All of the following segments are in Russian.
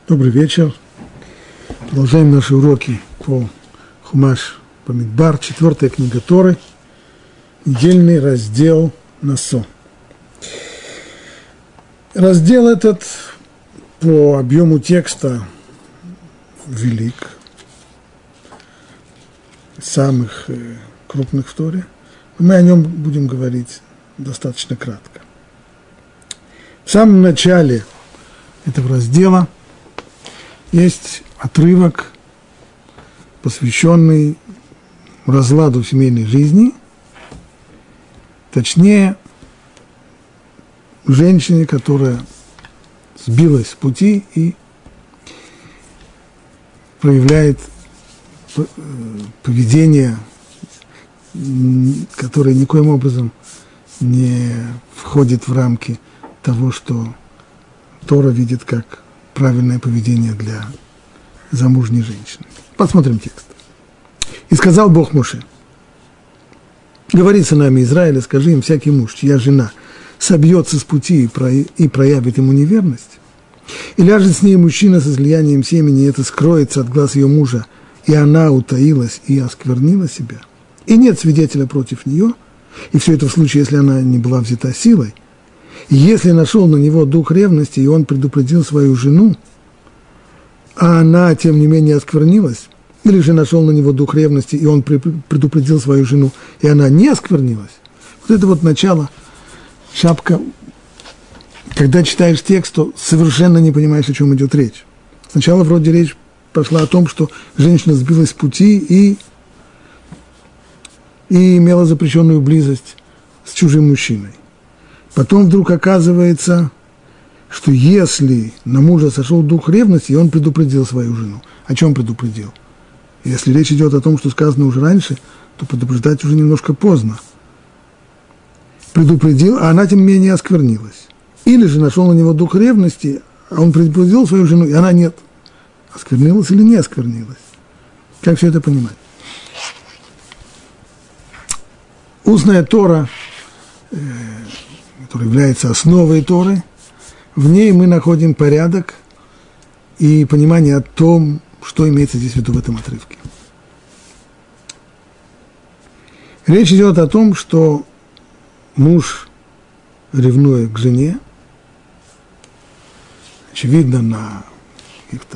Добрый вечер. Продолжаем наши уроки по Хумаш Бамидбар, 4 книга Торы, недельный раздел Насо. Раздел этот по объему текста велик, самых крупных в Торе. Мы о нем будем говорить достаточно кратко. В самом начале этого раздела есть отрывок, посвященный разладу семейной жизни, точнее, женщине, которая сбилась с пути и проявляет поведение, которое никоим образом не входит в рамки того, что Тора видит как правильное поведение для замужней женщины. Посмотрим текст. «И сказал Бог Моше: говори сынами Израиля, скажи им: всякий муж, чья жена собьется с пути и проявит ему неверность, и ляжет с ней мужчина с излиянием семени, и это скроется от глаз ее мужа, и она утаилась и осквернила себя, и нет свидетеля против нее, и все это в случае, если она не была взята силой, и если нашел на него дух ревности, и он предупредил свою жену, а она, тем не менее, осквернилась, или же нашел на него дух ревности, и он предупредил свою жену, и она не осквернилась». Вот это вот начало, шапка. Когда читаешь текст, то совершенно не понимаешь, о чем идет речь. Сначала вроде речь пошла о том, что женщина сбилась с пути и имела запрещенную близость с чужим мужчиной. Потом вдруг оказывается, что если на мужа сошел дух ревности, и он предупредил свою жену. О чем предупредил? Если речь идет о том, что сказано уже раньше, то предупреждать уже немножко поздно. Предупредил, а она тем не менее осквернилась. Или же нашел на него дух ревности, а он предупредил свою жену, и она нет. Осквернилась или не осквернилась? Как все это понимать? Устная Тора, которая является основой Торы, в ней мы находим порядок и понимание о том, что имеется здесь в виду в этом отрывке. Речь идет о том, что муж, ревнуя к жене, очевидно, на каких-то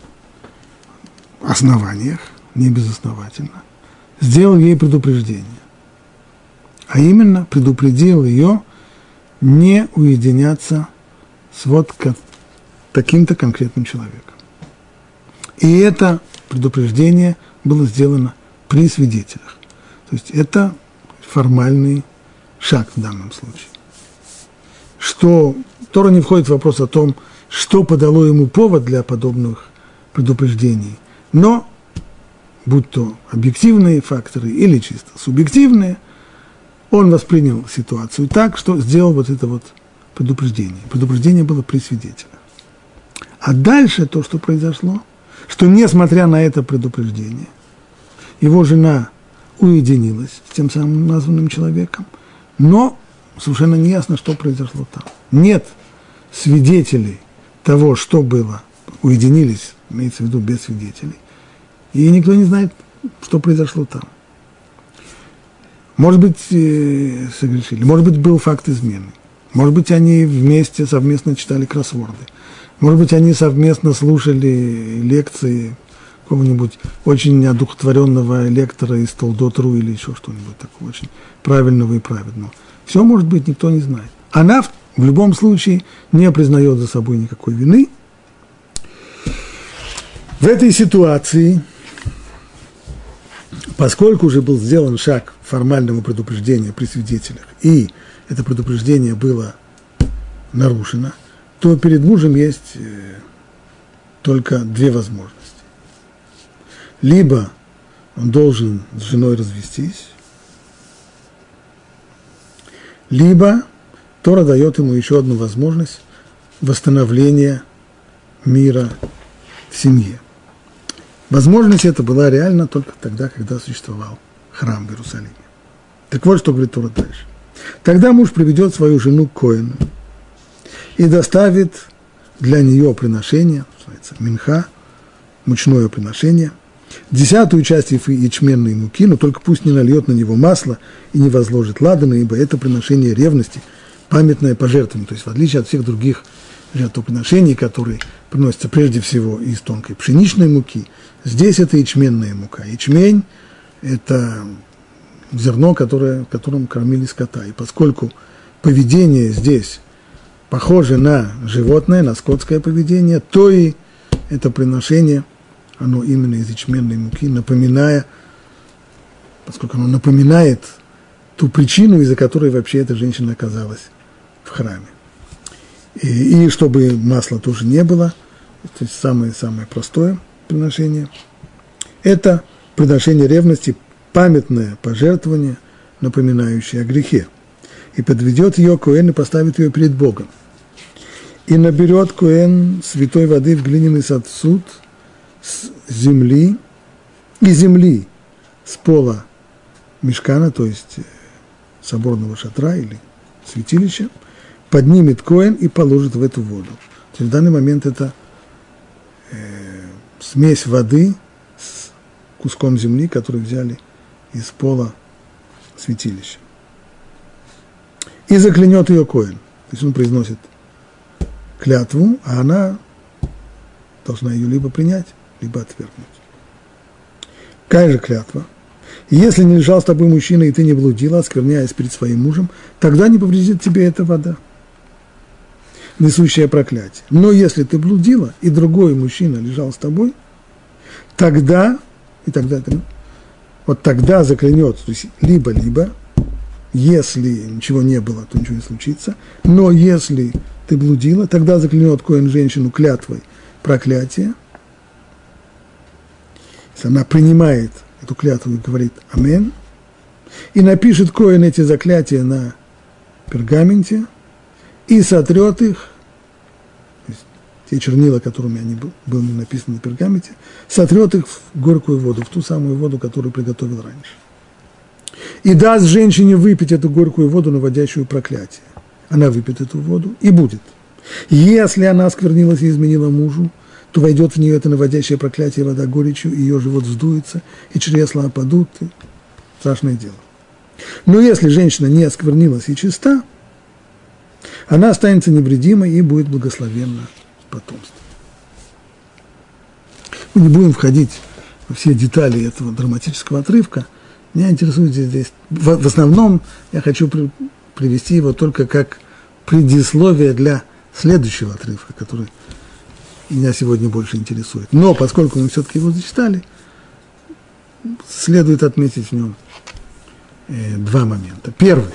основаниях, не безосновательно, сделал ей предупреждение. А именно, предупредил ее не уединяться с вот таким-то конкретным человеком. И это предупреждение было сделано при свидетелях. То есть это формальный шаг в данном случае. Что Тора не входит в вопрос о том, что подало ему повод для подобных предупреждений, но, будь то объективные факторы или чисто субъективные, он воспринял ситуацию так, что сделал вот это вот предупреждение. Предупреждение было при свидетелях. А дальше то, что произошло, что несмотря на это предупреждение, его жена уединилась с тем самым названным человеком, но совершенно не ясно, что произошло там. Нет свидетелей того, что было. Уединились, имеется в виду без свидетелей. И никто не знает, что произошло там. Может быть, согрешили, может быть, был факт измены. Может быть, они вместе, совместно читали кроссворды. Может быть, они совместно слушали лекции какого-нибудь очень одухотворенного лектора из Толдот.ру или еще что-нибудь такого очень правильного и праведного. Все может быть, никто не знает. Она в любом случае не признает за собой никакой вины. В этой ситуации, поскольку уже был сделан шаг формального предупреждения при свидетелях, и это предупреждение было нарушено, то перед мужем есть только две возможности. Либо он должен с женой развестись, либо Тора дает ему еще одну возможность восстановления мира в семье. Возможность эта была реальна только тогда, когда существовал храм в Иерусалиме. Так вот, что говорит Тора дальше. Тогда муж приведет свою жену к коэну и доставит для нее приношение, называется минха, мучное приношение. 10 часть ячменной муки, но только пусть не нальет на него масло и не возложит ладана, ибо это приношение ревности, памятное пожертвование. То есть в отличие от всех других жертвоприношений, которые приносятся прежде всего из тонкой пшеничной муки, здесь это ячменная мука. Ячмень – это зерно, которым кормили скота. И поскольку поведение здесь похоже на животное, на скотское поведение, то и это приношение, оно именно из ячменной муки, поскольку оно напоминает ту причину, из-за которой вообще эта женщина оказалась в храме. И чтобы масла тоже не было, то есть самое простое приношение, это приношение ревности, памятное пожертвование, напоминающее о грехе. И подведет ее коэн и поставит ее перед Богом. И наберет коэн святой воды в глиняный сосуд с земли, с пола мишкана, то есть соборного шатра или святилища, поднимет коэн и положит в эту воду. То есть в данный момент это смесь воды с куском земли, который взяли из пола святилища. И заклянет ее коэн. То есть он произносит клятву, а она должна ее либо принять, либо отвергнуть. Какая же клятва? Если не лежал с тобой мужчина, и ты не блудила, оскверняясь перед своим мужем, тогда не повредит тебе эта вода, несущая проклятие. Но если ты блудила, и другой мужчина лежал с тобой, тогда заклянет, то есть либо, если ничего не было, то ничего не случится, но если ты блудила, тогда заклянет коэн женщину клятвой проклятия. Если она принимает эту клятву и говорит «Амен», и напишет коэн эти заклятия на пергаменте и сотрет их, то есть те чернила, которыми они были написаны на пергаменте, сотрет их в горькую воду, в ту самую воду, которую приготовил раньше. И даст женщине выпить эту горькую воду, наводящую проклятие. Она выпьет эту воду и будет. Если она осквернилась и изменила мужу, то войдет в нее это наводящее проклятие вода горечью, и ее живот вздуется, и чресла опадут, и страшное дело. Но если женщина не осквернилась и чиста, она останется невредимой и будет благословенна в потомстве. Мы не будем входить во все детали этого драматического отрывка. Меня интересует здесь, в основном я хочу привести его только как предисловие для следующего отрывка, который меня сегодня больше интересует. Но поскольку мы все-таки его зачитали, следует отметить в нем два момента. Первый.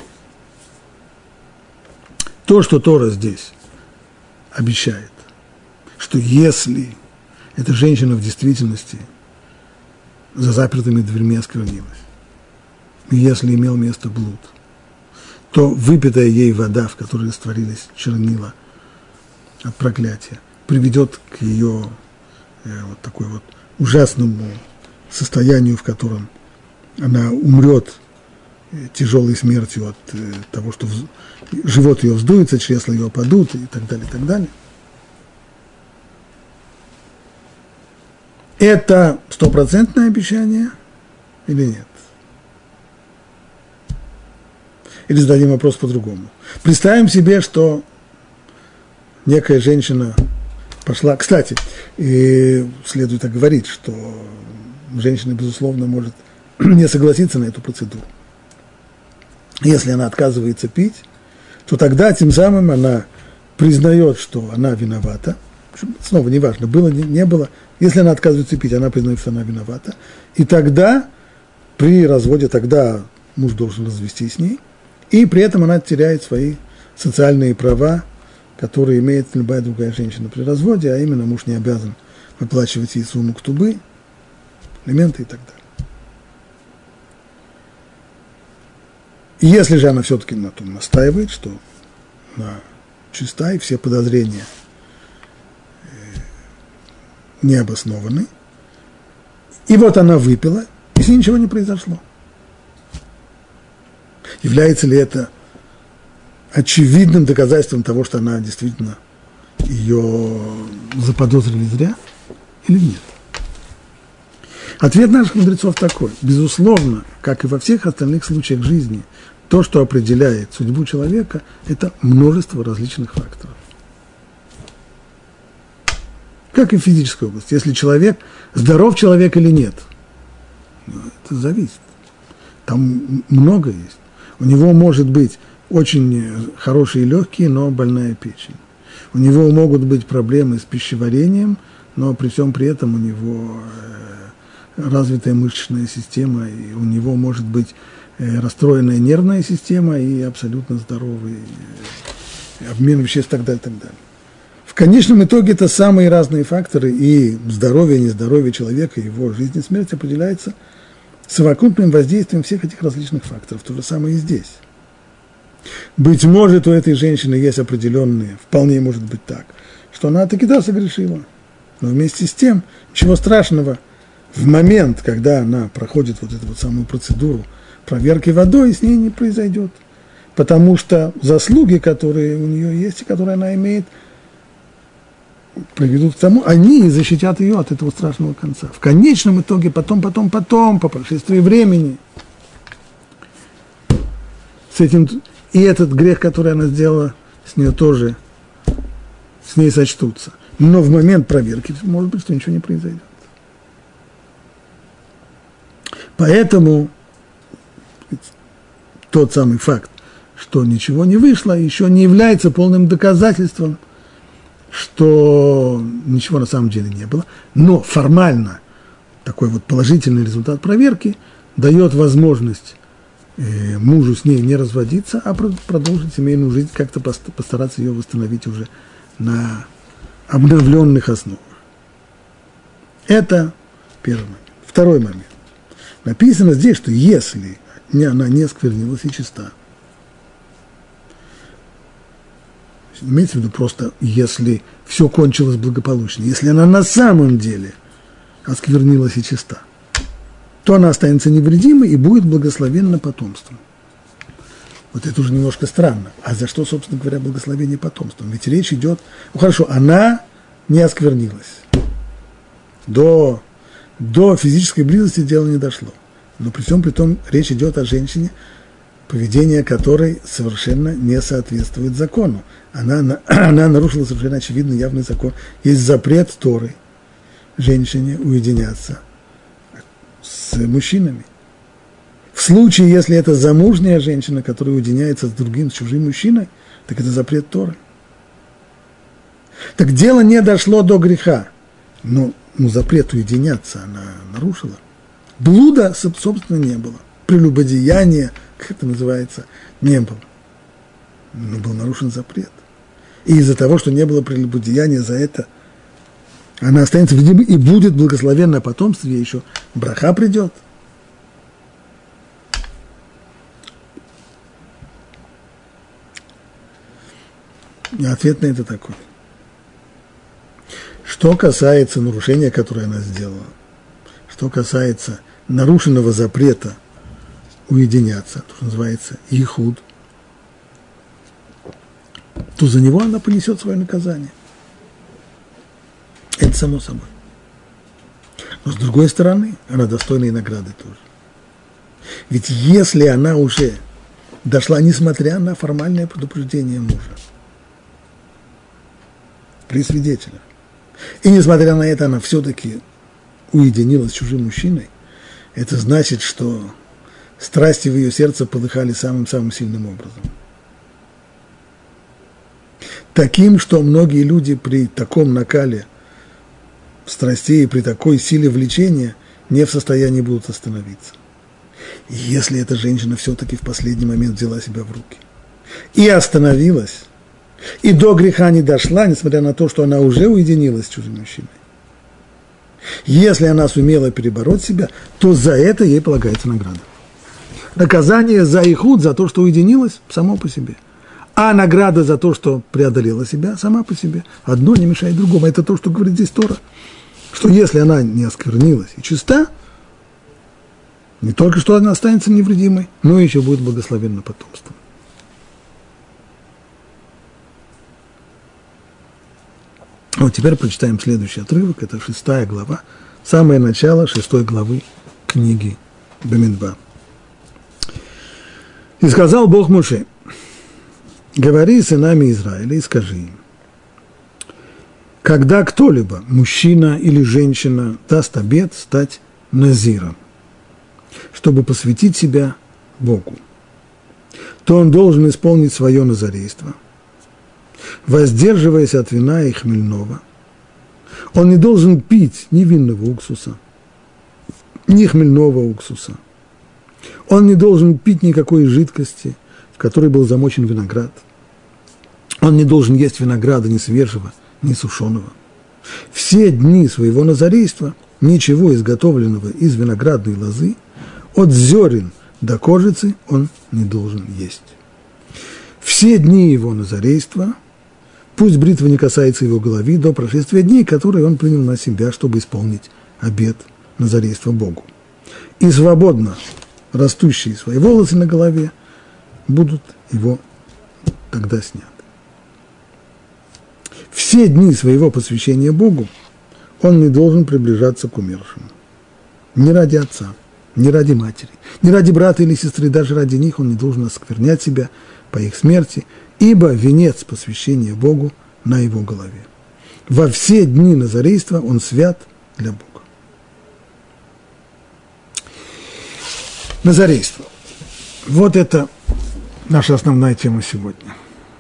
То, что Тора здесь обещает, что если эта женщина в действительности за запертыми дверьми осквернилась, и если имел место блуд, то выпитая ей вода, в которой растворились чернила от проклятия, приведет к ее вот такой вот ужасному состоянию, в котором она умрет тяжелой смертью от того, что живот ее вздуется, чресла ее опадут и так далее, и так далее. Это стопроцентное обещание или нет? Или зададим вопрос по-другому. Представим себе, что некая женщина пошла... Кстати, следует оговорить, что женщина, безусловно, может не согласиться на эту процедуру. Если она отказывается пить, то тогда тем самым она признает, что она виновата. Снова, неважно, было, не было. Если она отказывается пить, она признает, что она виновата. И тогда, при разводе, тогда муж должен развестись с ней. И при этом она теряет свои социальные права, которые имеет любая другая женщина при разводе, а именно муж не обязан выплачивать ей сумму ктубы, алименты и так далее. И если же она все-таки на том настаивает, что она чиста и все подозрения не обоснованы, и вот она выпила, и с ней ничего не произошло. Является ли это очевидным доказательством того, что она действительно ее заподозрили зря или нет? Ответ наших мудрецов такой. Безусловно, как и во всех остальных случаях жизни, то, что определяет судьбу человека, это множество различных факторов. Как и в физической области. Если человек, здоров человек или нет, это зависит. Там много есть. У него может быть очень хорошие легкие, но больная печень. У него могут быть проблемы с пищеварением, но при всем при этом у него развитая мышечная система, и у него может быть расстроенная нервная система и абсолютно здоровый обмен веществ и так далее, так далее. В конечном итоге это самые разные факторы, и здоровье, нездоровье человека, его жизнь и смерть определяется совокупным воздействием всех этих различных факторов. То же самое и здесь. Быть может, у этой женщины есть определенные, вполне может быть так, что она таки да согрешила. Но вместе с тем, ничего страшного, в момент, когда она проходит вот эту вот самую процедуру проверки водой, с ней не произойдет. Потому что заслуги, которые у нее есть и которые она имеет, приведут к тому, они защитят ее от этого страшного конца. В конечном итоге, потом, по прошествии времени, с этим, и этот грех, который она сделала, с нее тоже, с ней сочтутся. Но в момент проверки, может быть, что ничего не произойдет. Поэтому тот самый факт, что ничего не вышло, еще не является полным доказательством, что ничего на самом деле не было. Но формально такой вот положительный результат проверки дает возможность мужу с ней не разводиться, а продолжить семейную жизнь, как-то постараться ее восстановить уже на обновленных основах. Это первый момент. Второй момент. Написано здесь, что если она не осквернилась и чиста, имеется в виду просто, если все кончилось благополучно, если она на самом деле осквернилась и чиста, то она останется невредимой и будет благословенна потомством. Вот это уже немножко странно. А за что, собственно говоря, благословение потомством? Ведь речь идет... Ну хорошо, она не осквернилась. До физической близости дело не дошло. Но при всем при том речь идет о женщине, поведение которой совершенно не соответствует закону. Она нарушила совершенно очевидный явный закон. Есть запрет Торы женщине уединяться с мужчинами. В случае, если это замужняя женщина, которая уединяется с другим, с чужим мужчиной, так это запрет Торы. Так дело не дошло до греха. Но запрет уединяться она нарушила. Блуда, собственно, не было. Прелюбодеяния, как это называется, не было. Но был нарушен запрет. И из-за того, что не было прелюбодеяния, за это она останется видимой и будет благословенна потомстве, ей еще браха придет. И ответ на это такой. Что касается нарушения, которое она сделала, что касается нарушенного запрета уединяться, то, что называется ихуд, то за него она понесет свое наказание. Это само собой. Но с другой стороны, она достойна и награды тоже. Ведь если она уже дошла, несмотря на формальное предупреждение мужа, при свидетелях, и несмотря на это она все-таки уединилась с чужим мужчиной, это значит, что страсти в ее сердце полыхали самым-самым сильным образом. Таким, что многие люди при таком накале страстей, при такой силе влечения не в состоянии будут остановиться. И если эта женщина все-таки в последний момент взяла себя в руки и остановилась, и до греха не дошла, несмотря на то, что она уже уединилась с чужим мужчиной, если она сумела перебороть себя, то за это ей полагается награда. Наказание за ихуд, за то, что уединилась, само по себе. А награда за то, что преодолела себя, сама по себе. Одно не мешает другому. Это то, что говорит здесь Тора. Что если она не осквернилась и чиста, не только что она останется невредимой, но еще будет благословенна потомством. Вот теперь прочитаем следующий отрывок, это 6 глава, самое начало 6 главы книги Бамидбар. «И сказал Бог Моше, говори с сынами Израиля и скажи им, когда кто-либо, мужчина или женщина, даст обет стать назиром, чтобы посвятить себя Богу, то он должен исполнить свое назарейство, воздерживаясь от вина и хмельного. Он не должен пить ни винного уксуса, ни хмельного уксуса. Он не должен пить никакой жидкости, в которой был замочен виноград. Он не должен есть винограда ни свежего, ни сушеного. Все дни своего назарейства ничего изготовленного из виноградной лозы, от зерен до кожицы он не должен есть. Все дни его назарейства, пусть бритва не касается его головы, до прошествия дней, которые он принял на себя, чтобы исполнить обет назарейства Богу. И свободно растущие свои волосы на голове будут его тогда сняты. Все дни своего посвящения Богу он не должен приближаться к умершему. Ни ради отца, ни ради матери, ни ради брата или сестры, даже ради них он не должен осквернять себя по их смерти, ибо венец посвящения Богу на его голове. Во все дни назарейства он свят для Бога. Назарейство. Вот это наша основная тема сегодня.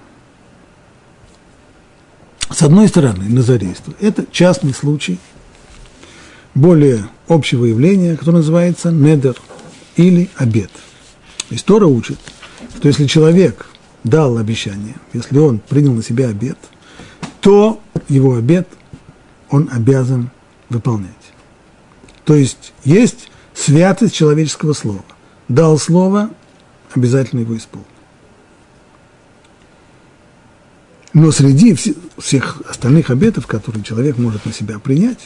С одной стороны, назарейство – это частный случай более общего явления, которое называется недер или обет. То есть Тора учит, что если человек дал обещание, если он принял на себя обет, то его обет он обязан выполнять. То есть святость человеческого слова. Дал слово, обязательно его исполнить. Но среди всех остальных обетов, которые человек может на себя принять,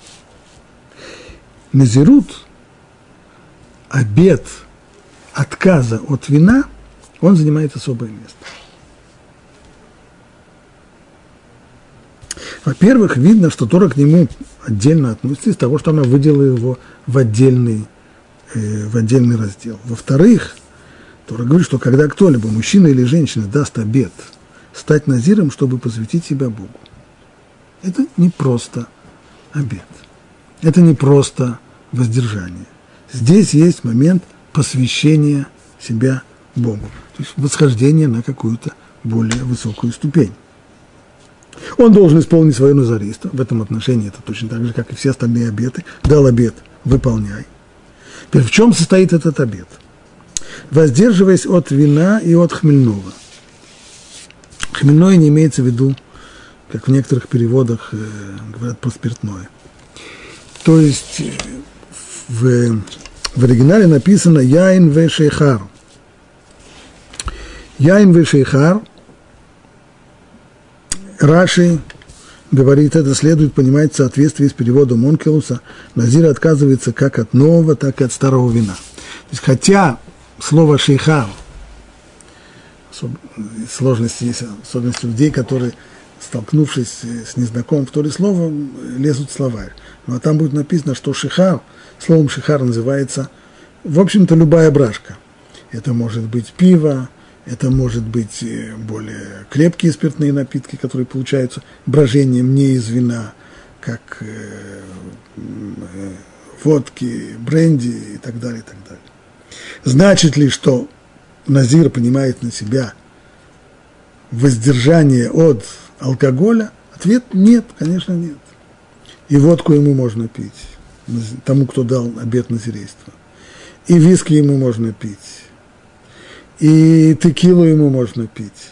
назирут, обет отказа от вина, он занимает особое место. Во-первых, видно, что Тора к нему отдельно относится из того, что она выделила его в отдельный раздел. Во-вторых, Тора говорит, что когда кто-либо, мужчина или женщина, даст обет стать назиром, чтобы посвятить себя Богу, это не просто обет, это не просто воздержание. Здесь есть момент посвящения себя Богу, то есть восхождение на какую-то более высокую ступень. Он должен исполнить свое назарейство. В этом отношении это точно так же, как и все остальные обеты. Дал обет, выполняй. Теперь в чем состоит этот обет? Воздерживаясь от вина и от хмельного. Хмельное не имеется в виду, как в некоторых переводах говорят про спиртное. То есть в оригинале написано «яин ве шейхар». «Яин ве шейхар» Раши говорит, это следует понимать в соответствии с переводом Онкелуса. Назир отказывается как от нового, так и от старого вина. То есть, хотя слово «шейхар», сложности есть, особенности людей, которые, столкнувшись с незнакомым в Торе словом, лезут в словарь. Но там будет написано, что шейхар, словом шейхар называется, в общем-то, любая брашка. Это может быть пиво, это может быть более крепкие спиртные напитки, которые получаются брожением не из вина, как водки, бренди и так далее, и так далее. Значит ли, что назир принимает на себя воздержание от алкоголя? Ответ – нет, конечно, нет. И водку ему можно пить, тому, кто дал обет назирейства. И виски ему можно пить. И текилу ему можно пить.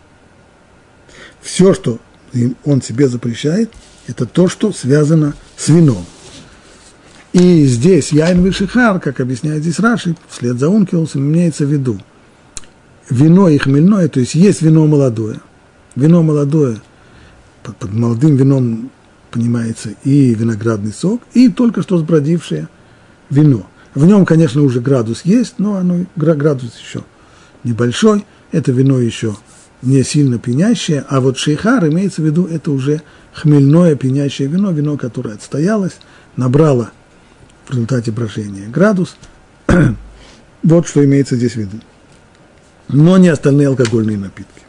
Все, что он себе запрещает, это то, что связано с вином. И здесь яин ве шейхар, как объясняет здесь Раши, вслед за Онкелусом, имеется в виду вино и хмельное, то есть вино молодое. Вино молодое, под молодым вином понимается и виноградный сок, и только что сбродившее вино. В нем, конечно, уже градус есть, но градус еще небольшой, это вино еще не сильно пьянящее, а вот шейхар имеется в виду, это уже хмельное пьянящее вино, вино, которое отстоялось, набрало в результате брожения градус. Вот что имеется здесь в виду. Но не остальные алкогольные напитки.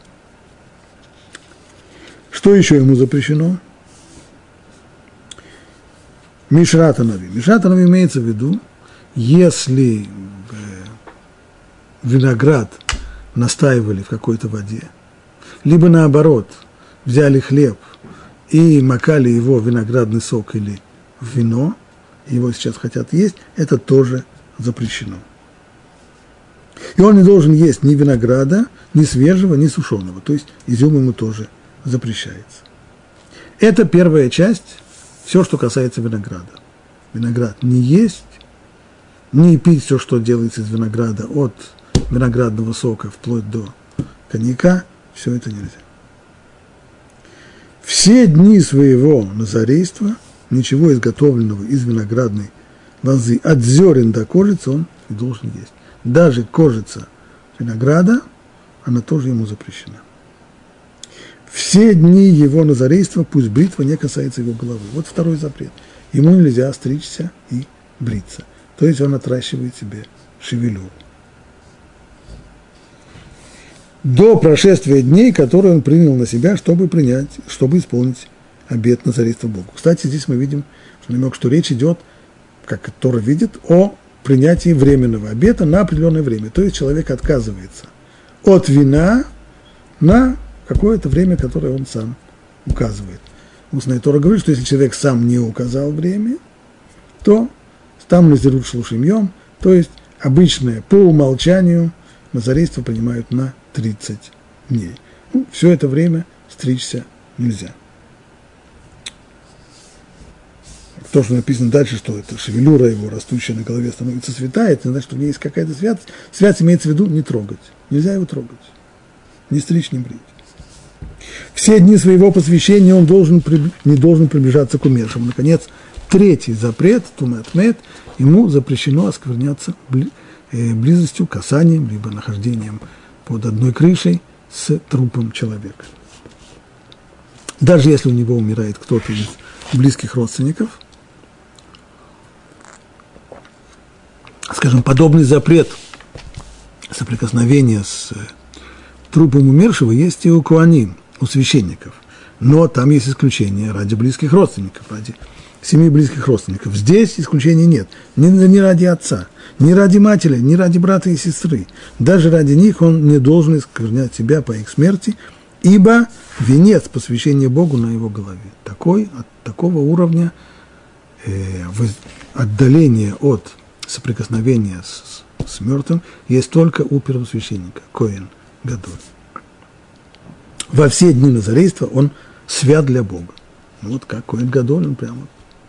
Что еще ему запрещено? Мишрат ханави. Мишрат ханави имеется в виду, если виноград настаивали в какой-то воде, либо наоборот, взяли хлеб и макали его в виноградный сок или в вино, его сейчас хотят есть, это тоже запрещено. И он не должен есть ни винограда, ни свежего, ни сушеного, то есть изюм ему тоже запрещается. Это первая часть, все, что касается винограда. Виноград не есть, не пить все, что делается из винограда, от виноградного сока вплоть до коньяка, все это нельзя. Все дни своего назарейства ничего изготовленного из виноградной лозы от зерен до кожицы он не должен есть. Даже кожица винограда, она тоже ему запрещена. Все дни его назарейства, пусть бритва не касается его головы. Вот второй запрет. Ему нельзя стричься и бриться. То есть он отращивает себе шевелюру. До прошествия дней, которые он принял на себя, чтобы исполнить обет назарейства Богу. Кстати, здесь мы видим, что речь идет, как Тора видит, о принятии временного обета на определенное время. То есть человек отказывается от вина на какое-то время, которое он сам указывает. Устная Тора говорит, что если человек сам не указал время, то там назирут шлушимьем, то есть обычное по умолчанию назарейство принимают на 30 дней. Все это время стричься нельзя. То, что написано дальше, что это шевелюра его, растущая на голове, становится святая, это значит, что у нее есть какая-то святость. Святость имеется в виду не трогать. Нельзя его трогать. Ни стричь, ни брить. Все дни своего посвящения он не должен приближаться к умершему. Наконец, третий запрет, тумат мет, ему запрещено оскверняться близостью, касанием, либо нахождением под одной крышей с трупом человека. Даже если у него умирает кто-то из близких родственников, скажем, подобный запрет соприкосновения с трупом умершего есть и у коаним, у священников. Но там есть исключение ради близких родственников, ради 7 близких родственников. Здесь исключения нет. Ни ради отца, ни ради матери, ни ради брата и сестры. Даже ради них он не должен осквернять себя по их смерти, ибо венец посвящения Богу на его голове. От такого уровня отдаление от соприкосновения с мертвым есть только у первосвященника, коэн гадоль. Во все дни назарейства он свят для Бога. Вот как коэн гадоль, он прямо.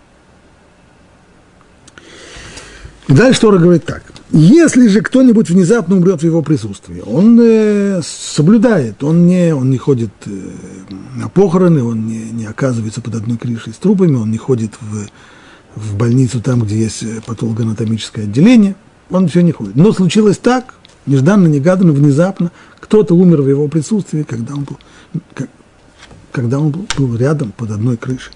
И дальше Тора говорит так. Если же кто-нибудь внезапно умрет в его присутствии, он соблюдает, он не ходит на похороны, он не оказывается под одной крышей с трупами, он не ходит в больницу там, где есть патологоанатомическое отделение, он все не ходит. Но случилось так, нежданно-негаданно, внезапно, кто-то умер в его присутствии, когда он был рядом под одной крышей.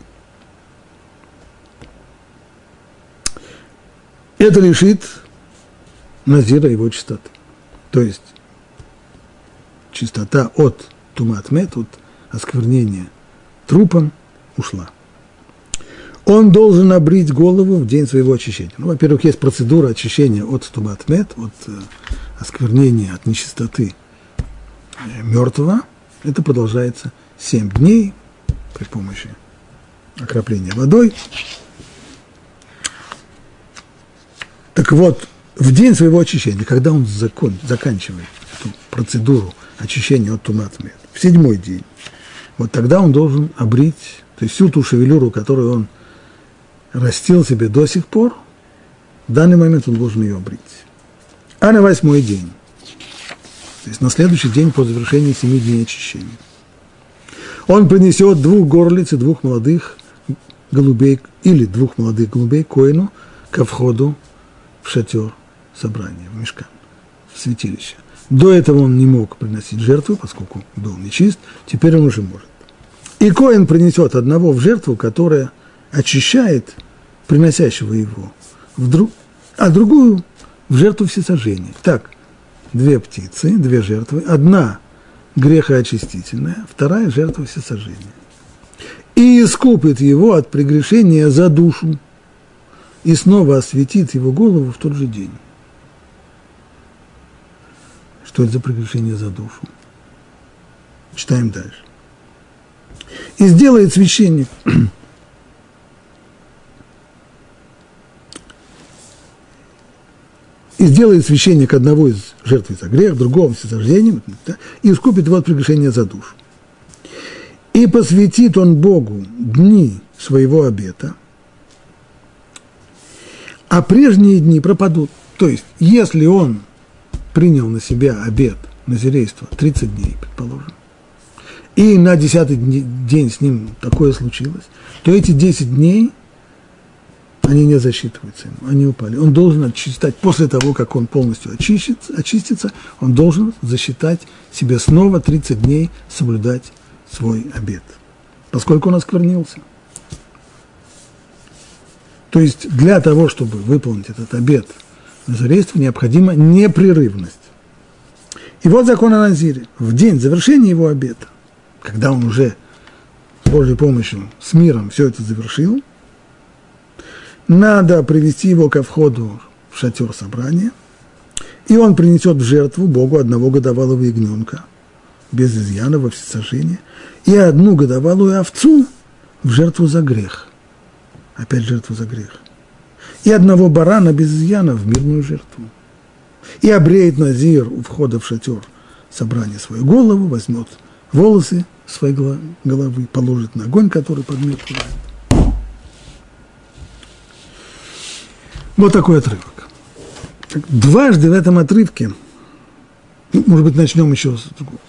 Это лишит назира его чистоты. То есть чистота от тумат мет, от осквернения трупом ушла. Он должен обрить голову в день своего очищения. Во-первых, есть процедура очищения от тумат мет, от осквернения, от нечистоты мертвого. Это продолжается 7 дней при помощи окропления водой. Так вот, в день своего очищения, когда он заканчивает эту процедуру очищения от тумат мет, в 7-й день, вот тогда он должен обрить, то есть всю ту шевелюру, которую он растил себе до сих пор, в данный момент он должен ее обрить. А на 8-й день, то есть на следующий день по завершении 7 дней очищения, он принесет 2 горлиц и 2 молодых голубей, или 2 молодых голубей коэну ко входу в шатер собрания, в мишкан, в святилище. До этого он не мог приносить жертву, поскольку был нечист, теперь он уже может. И коэн принесет одного в жертву, которая очищает приносящего его, а другую в жертву всесожжения. Так, 2 птицы, 2 жертвы, одна грехоочистительная, вторая жертва всесожжения. И искупит его от прегрешения за душу, и снова осветит его голову в тот же день. Что это за прегрешение за душу? Читаем дальше. И сделает священник одного из жертв за грех, другого всесожжением, и искупит его от прегрешения за душу. И посвятит он Богу дни своего обета, а прежние дни пропадут. То есть, если он принял на себя обет назирейства 30 дней, предположим, и на 10-й день с ним такое случилось, то эти 10 дней, они не засчитываются ему, они упали. Он должен отчитать, после того, как он полностью очистится, он должен засчитать себе снова 30 дней соблюдать свой обет, поскольку он осквернился. То есть для того, чтобы выполнить этот обет назирейства, необходима непрерывность. И вот закон о назире. В день завершения его обета, когда он уже с Божьей помощью, с миром все это завершил, надо привести его ко входу в шатер собрания, и он принесет в жертву Богу одного годовалого ягненка, без изъяна во всесожжение, и одну годовалую овцу в жертву за грех. Опять жертву за грех. И одного барана без изъяна в мирную жертву. И обреет назир у входа в шатер собрания свою голову, возьмет волосы своей головы, положит на огонь, который под мертвым. Вот такой отрывок. Дважды в этом отрывке, может быть, начнем еще с другого.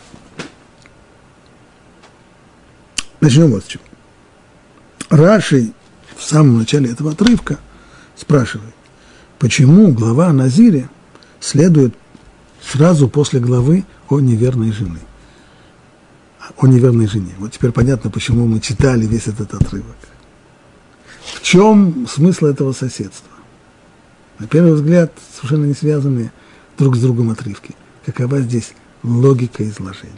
Начнем вот с чего. Раши в самом начале этого отрывка спрашивает, почему глава о назире следует сразу после главы о неверной жене. О неверной жене. Вот теперь понятно, почему мы читали весь этот отрывок. В чем смысл этого соседства? На первый взгляд, совершенно не связанные друг с другом отрывки. Какова здесь логика изложения?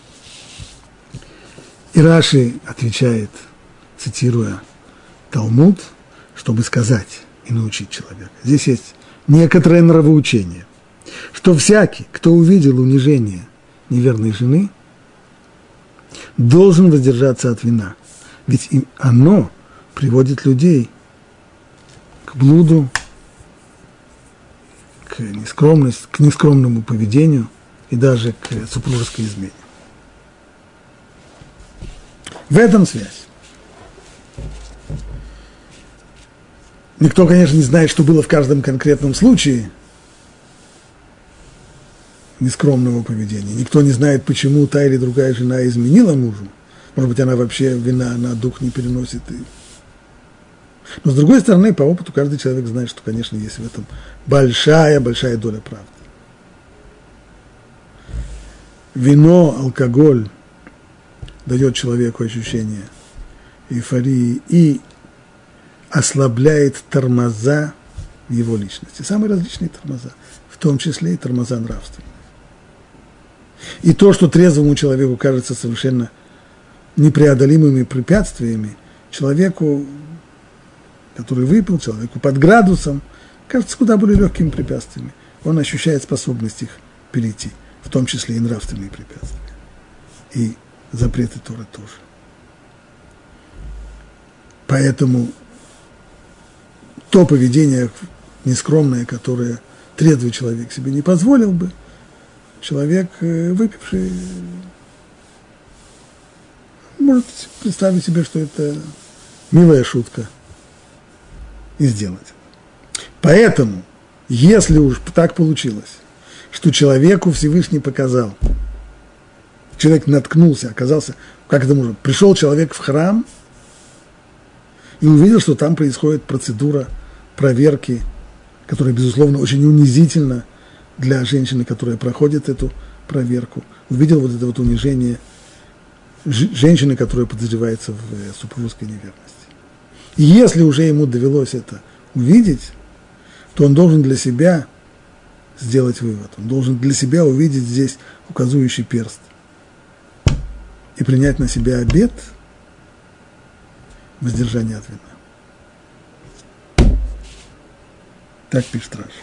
И Раши отвечает, цитируя Талмуд, чтобы сказать и научить человека. Здесь есть некоторое нравоучение, что всякий, кто увидел унижение неверной жены, должен воздержаться от вина, ведь оно приводит людей к блуду, к нескромному поведению и даже к супружеской измене. В этом связь. Никто, конечно, не знает, что было в каждом конкретном случае нескромного поведения. Никто не знает, почему та или другая жена изменила мужу. Может быть, она вообще вина на дух не переносит. Но, с другой стороны, по опыту каждый человек знает, что, конечно, есть в этом большая-большая доля правды. Вино, алкоголь дает человеку ощущение эйфории и ослабляет тормоза в его личности. Самые различные тормоза, в том числе и тормоза нравственные. И то, что трезвому человеку кажется совершенно непреодолимыми препятствиями, человеку, который выпил, человеку под градусом, кажется куда более легкими препятствиями. Он ощущает способность их перейти, в том числе и нравственные препятствия. И запреты Торы тоже. Поэтому то поведение нескромное, которое трезвый человек себе не позволил бы, человек, выпивший, может представить себе, что это милая шутка, и сделать. Поэтому, если уж так получилось, что человеку Всевышний показал, человек наткнулся, оказался, как это можно, пришел человек в храм и увидел, что там происходит процедура проверки, которая, безусловно, очень унизительна для женщины, которая проходит эту проверку, увидел вот это вот унижение женщины, которая подозревается в супружеской неверности. И если уже ему довелось это увидеть, то он должен для себя сделать вывод. Он должен для себя увидеть здесь указующий перст и принять на себя обет воздержания от вина. Так пишет Раши.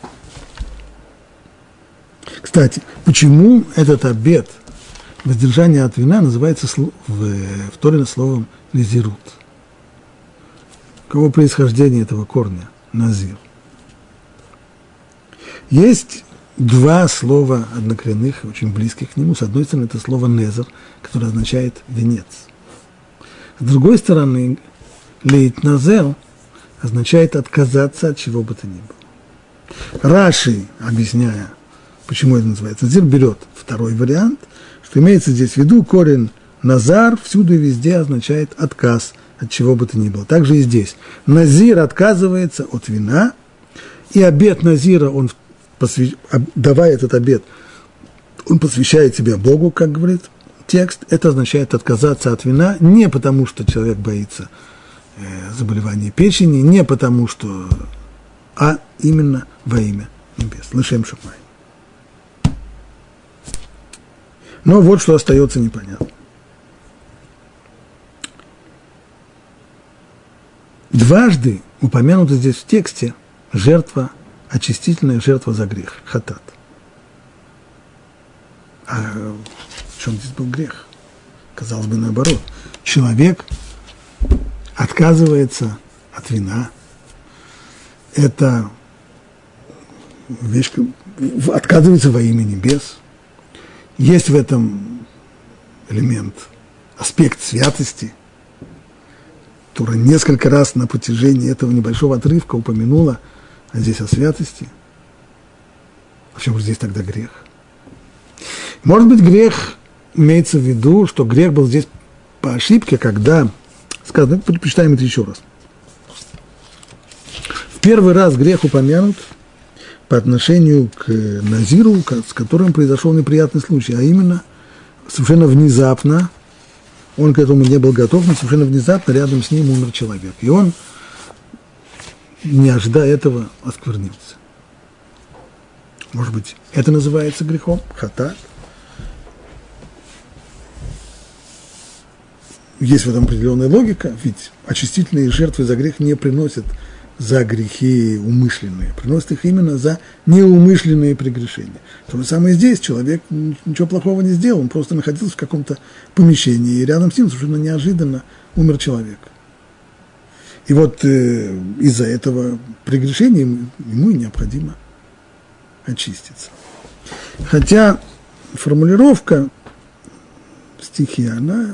Кстати, почему этот обет воздержания от вина называется в Торе словом «назирут»? Каково происхождение этого корня «назир»? Есть два слова однокоренных, очень близких к нему. С одной стороны, это слово «незер», которое означает «венец». С другой стороны, «лейтназер» означает «отказаться от чего бы то ни было». Раши, объясняя, почему это называется «назир», берет второй вариант, что имеется здесь в виду корень «назар» всюду и везде означает «отказ от чего бы то ни было». Также и здесь. Назир отказывается от вина, и обет назира, он давая этот обет, он посвящает себя Богу, как говорит текст. Это означает отказаться от вина не потому, что человек боится заболевания печени, не потому, что, а именно во имя небес. Лешем шамай. Но вот что остается непонятно. Дважды упомянуто здесь в тексте жертва, очистительная жертва за грех, хатат. А в чем здесь был грех? Казалось бы, наоборот. Человек отказывается от вина. Это вещь, отказывается во имя небес. Есть в этом элемент, аспект святости. Тора несколько раз на протяжении этого небольшого отрывка упомянула здесь о святости. В чем же здесь тогда грех? Может быть, грех имеется в виду, что грех был здесь по ошибке, когда сказано, прочитаем это еще раз. В первый раз грех упомянут по отношению к Назиру, с которым произошел неприятный случай, а именно совершенно внезапно, он к этому не был готов, но совершенно внезапно рядом с ним умер человек. И он, не ожидая этого, осквернился. Может быть, это называется грехом? Хатат. Есть в этом определенная логика, ведь очистительные жертвы за грех не приносят за грехи умышленные, приносят их именно за неумышленные прегрешения. То же самое здесь, человек ничего плохого не сделал, он просто находился в каком-то помещении, и рядом с ним совершенно неожиданно умер человек. И вот из-за этого прегрешения ему необходимо очиститься. Хотя формулировка в стихе, она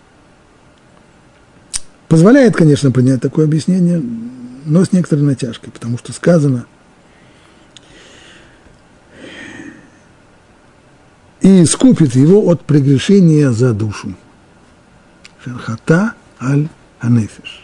позволяет, конечно, принять такое объяснение, но с некоторой натяжкой, потому что сказано «и искупит его от прегрешения за душу». Шерхата аль-анефиш.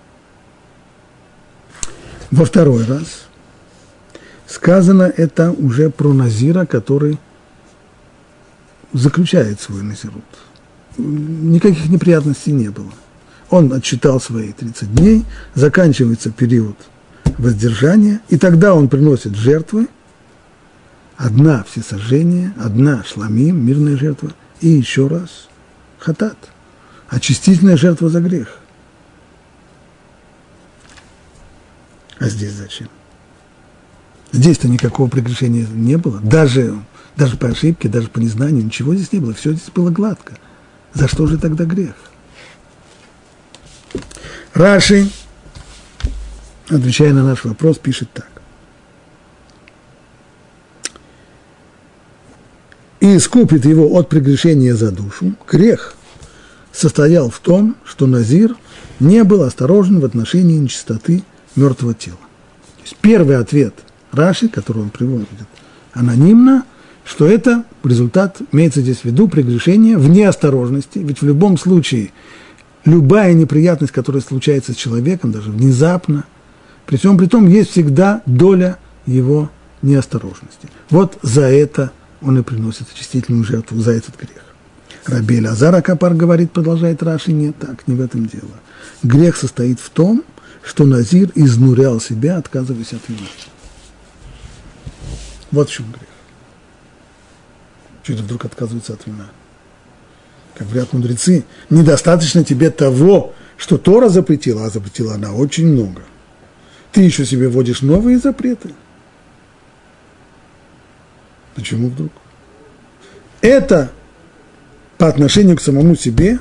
Во второй раз сказано это уже про назира, который заключает свой назирут. Никаких неприятностей не было. Он отсчитал свои 30 дней, заканчивается период воздержания, и тогда он приносит жертвы, одна всесожжение, одна шламим, мирная жертва, и еще раз хатат, очистительная жертва за грех. А здесь зачем? Здесь-то никакого прегрешения не было, даже по ошибке, даже по незнанию, ничего здесь не было, все здесь было гладко. За что же тогда грех? Раши, отвечая на наш вопрос, пишет так. «И искупит его от прегрешения за душу. Грех состоял в том, что Назир не был осторожен в отношении нечистоты мертвого тела». То есть первый ответ Раши, который он приводит анонимно, что это результат, имеется здесь в виду, прегрешения в неосторожности, ведь в любом случае любая неприятность, которая случается с человеком, даже внезапно, при всем при том есть всегда доля его неосторожности. Вот за это он и приносит очистительную жертву, за этот грех. Раби Элазар ха-Капар говорит, продолжает Раши, нет, так, не в этом дело. Грех состоит в том, что назир изнурял себя, отказываясь от вина. Вот в чем грех. Что это вдруг отказывается от вина? Как говорят мудрецы, недостаточно тебе того, что Тора запретила, а запретила она очень много. Ты еще себе вводишь новые запреты. Почему вдруг? Это по отношению к самому себе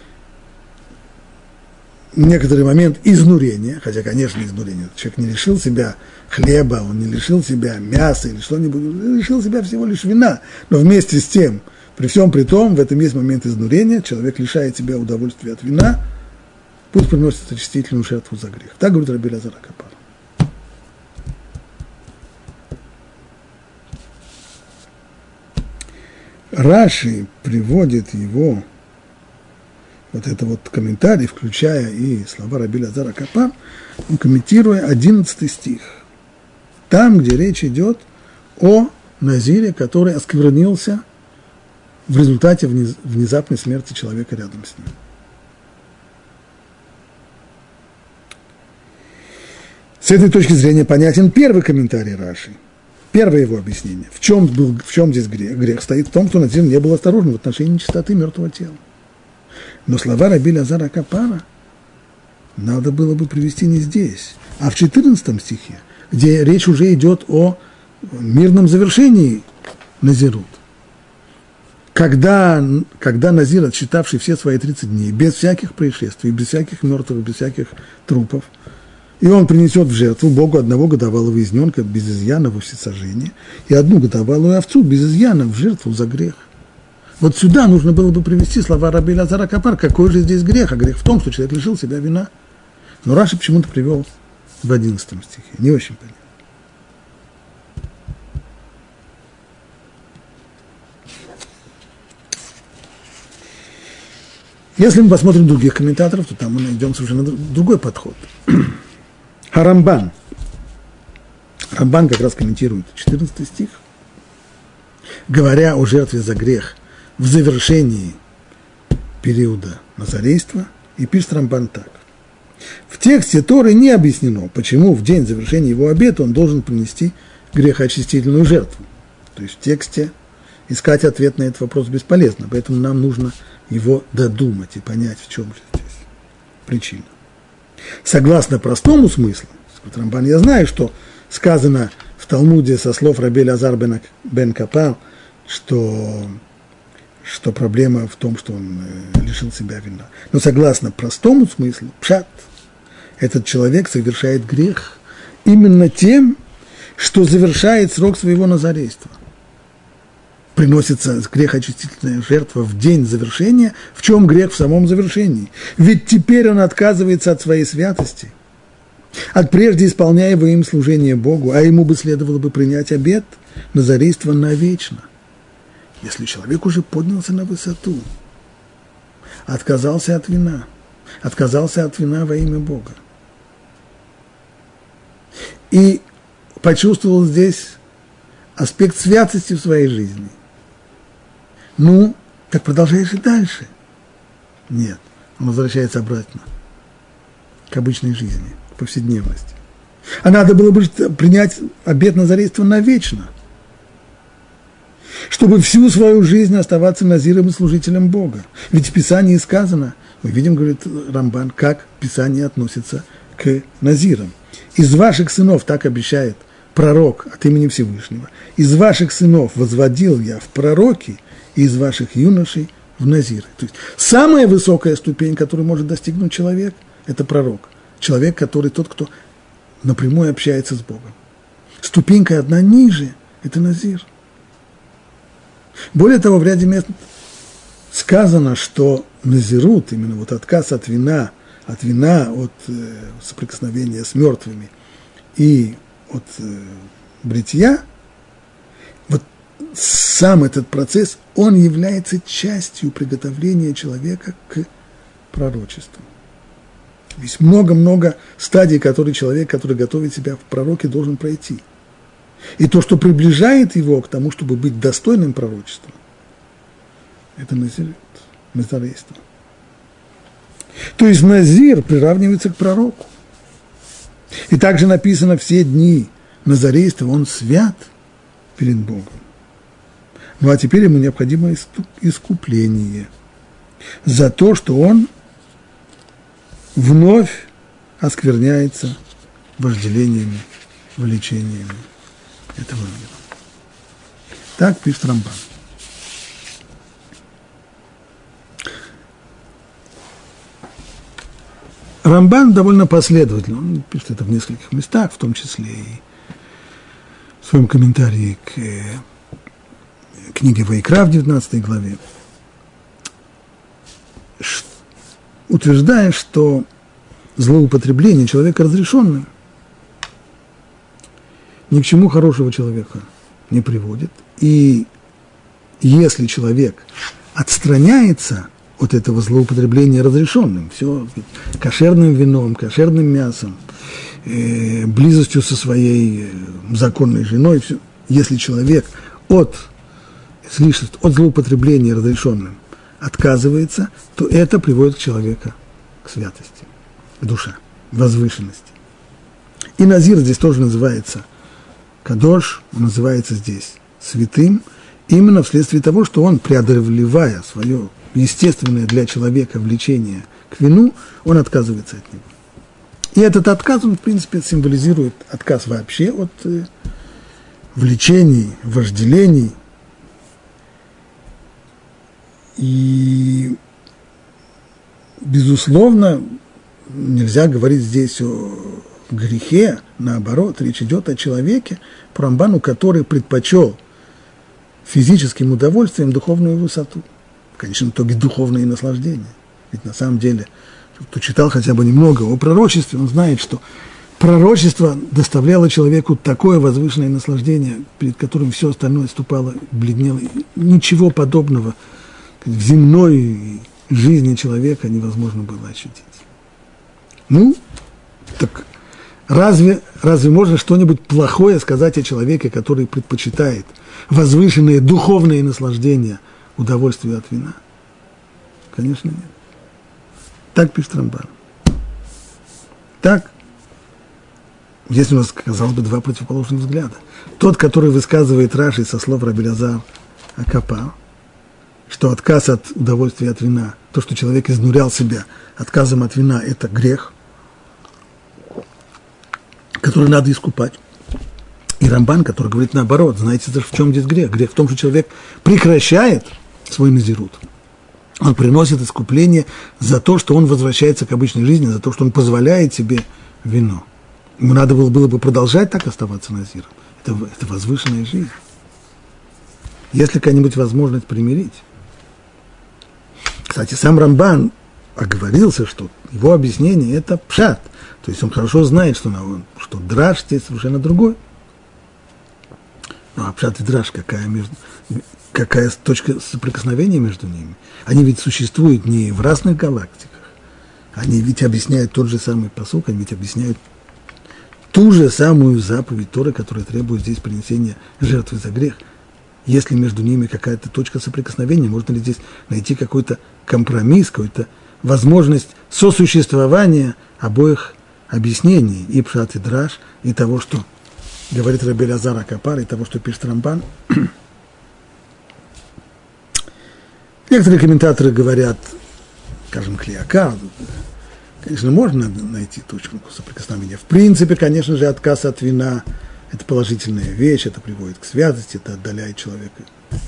некоторый момент изнурения, хотя, конечно, изнурение. Человек не лишил себя хлеба, он не лишил себя мяса или что-нибудь, он лишил себя всего лишь вина. Но вместе с тем, при всем при том, в этом есть момент изнурения, человек лишает себя удовольствия от вина, пусть приносит очистительную жертву за грех. Так говорит Раби Элазар ха-Капар. Раши приводит его, вот это вот комментарий, включая и слова Раби Элазар ха-Капар, комментируя 11 стих. Там, где речь идет о назире, который осквернился в результате внезапной смерти человека рядом с ним. С этой точки зрения понятен первый комментарий Раши. Первое его объяснение. В чем здесь грех? Грех стоит в том, что назир не был осторожен в отношении чистоты мертвого тела. Но слова Раби Элазара ха-Капара надо было бы привести не здесь, а в 14 стихе, где речь уже идет о мирном завершении назирут. Когда назир, отсчитавший все свои 30 дней, без всяких происшествий, без всяких мертвых, без всяких трупов, и он принесет в жертву Богу одного годовалого ягненка без изъяна во всесожжение и одну годовалую овцу без изъяна в жертву за грех. Вот сюда нужно было бы привести слова Раби Элазара ха-Капар. Какой же здесь грех? А грех в том, что человек лишил себя вина. Но Раши почему-то привел в 11 стихе. Не очень понятно. Если мы посмотрим других комментаторов, то там мы найдем совершенно другой подход. Рамбан как раз комментирует 14 стих, говоря о жертве за грех в завершении периода назарейства, и пишет Рамбан так. В тексте Торы не объяснено, почему в день завершения его обета он должен принести грехоочистительную жертву. То есть в тексте искать ответ на этот вопрос бесполезно, поэтому нам нужно его додумать и понять, в чем же здесь причина. Согласно простому смыслу, Рамбан, я знаю, что сказано в Талмуде со слов Раби Элазар бен Капар, что проблема в том, что он лишил себя вина. Но согласно простому смыслу, пшат, этот человек совершает грех именно тем, что завершает срок своего назарейства. Приносится грехоочистительная жертва в день завершения. В чем грех в самом завершении? Ведь теперь он отказывается от своей святости, от прежде исполняемого им служения Богу, а ему бы следовало бы принять обет назарейства навечно. Если человек уже поднялся на высоту, отказался от вина во имя Бога, и почувствовал здесь аспект святости в своей жизни, ну, так продолжаешь и дальше. Нет, он возвращается обратно к обычной жизни, к повседневности. А надо было бы принять обет назарейства навечно, чтобы всю свою жизнь оставаться назиром и служителем Бога. Ведь в Писании сказано, мы видим, говорит Рамбан, как Писание относится к назирам. Из ваших сынов, так обещает пророк от имени Всевышнего, из ваших сынов возводил я в пророки, и из ваших юношей в назиры. То есть самая высокая ступень, которую может достигнуть человек, это пророк. Человек, который тот, кто напрямую общается с Богом. Ступенька одна ниже – это назир. Более того, в ряде мест сказано, что назирут, именно вот отказ от вина, от соприкосновения с мертвыми и от бритья, вот сам этот процесс, он является частью приготовления человека к пророчеству. Есть много-много стадий, которые человек, который готовит себя в пророке, должен пройти. И то, что приближает его к тому, чтобы быть достойным пророчества, это назирейство. То есть назир приравнивается к пророку. И также написано: все дни назирейства он свят перед Богом. Ну а теперь ему необходимо искупление за то, что он вновь оскверняется вожделениями, влечениями этого мира. Так пишет Рамбан. Рамбан довольно последовательно, он пишет это в нескольких местах, в том числе и в своем комментарии к книге Ваикра в 19 главе, утверждая, что злоупотребление человека разрешенным ни к чему хорошего человека не приводит. И если человек отстраняется от этого злоупотребления разрешенным, все кошерным вином, кошерным мясом, близостью со своей законной женой, все, если человек от злоупотребления разрешенным отказывается, то это приводит человека к святости, к душе, возвышенности. И назир здесь тоже называется кадош, он называется здесь святым, именно вследствие того, что он, преодолевая свое естественное для человека влечение к вину, он отказывается от него. И этот отказ, он, в принципе, символизирует отказ вообще от влечений, вожделений. И, безусловно, нельзя говорить здесь о грехе, наоборот, речь идет о человеке, по Рамбану, который предпочел физическим удовольствием духовную высоту. В конечном итоге духовные наслаждения. Ведь на самом деле, кто читал хотя бы немного о пророчестве, он знает, что пророчество доставляло человеку такое возвышенное наслаждение, перед которым все остальное ступало, бледнело. Ничего подобного в земной жизни человека невозможно было ощутить. Ну, так разве можно что-нибудь плохое сказать о человеке, который предпочитает возвышенные духовные наслаждения удовольствию от вина? Конечно, нет. Так пишет Рамбан. Так. Здесь у нас, казалось бы, два противоположных взгляда. Тот, который высказывает Раши со слов Раби Элиэзер Акапа, что отказ от удовольствия от вина, то, что человек изнурял себя отказом от вина, это грех, который надо искупать. И Рамбан, который говорит наоборот, знаете, в чем здесь грех? Грех в том, что человек прекращает свой назирут. Он приносит искупление за то, что он возвращается к обычной жизни, за то, что он позволяет себе вино. Ему надо было бы продолжать так оставаться назиром. Это возвышенная жизнь. Есть ли какая-нибудь возможность примирить? Кстати, сам Рамбан оговорился, что его объяснение – это пшат. То есть он хорошо знает, что драш здесь совершенно другой. Ну, а пшат и драш, какая точка соприкосновения между ними? Они ведь существуют не в разных галактиках. Они ведь объясняют тот же самый пасук, они ведь объясняют ту же самую заповедь Торы, которая требует здесь принесения жертвы за грех. Если между ними какая-то точка соприкосновения, можно ли здесь найти какой-то компромисс, какую-то возможность сосуществования обоих объяснений, и пшат, и драш, и того, что говорит Раби Элиэзер Акапа, и того, что пишет Рамбан. Некоторые комментаторы говорят, скажем, Клиака, конечно, можно найти точку соприкосновения. В принципе, конечно же, отказ от вина – это положительная вещь, это приводит к святости, это отдаляет человека.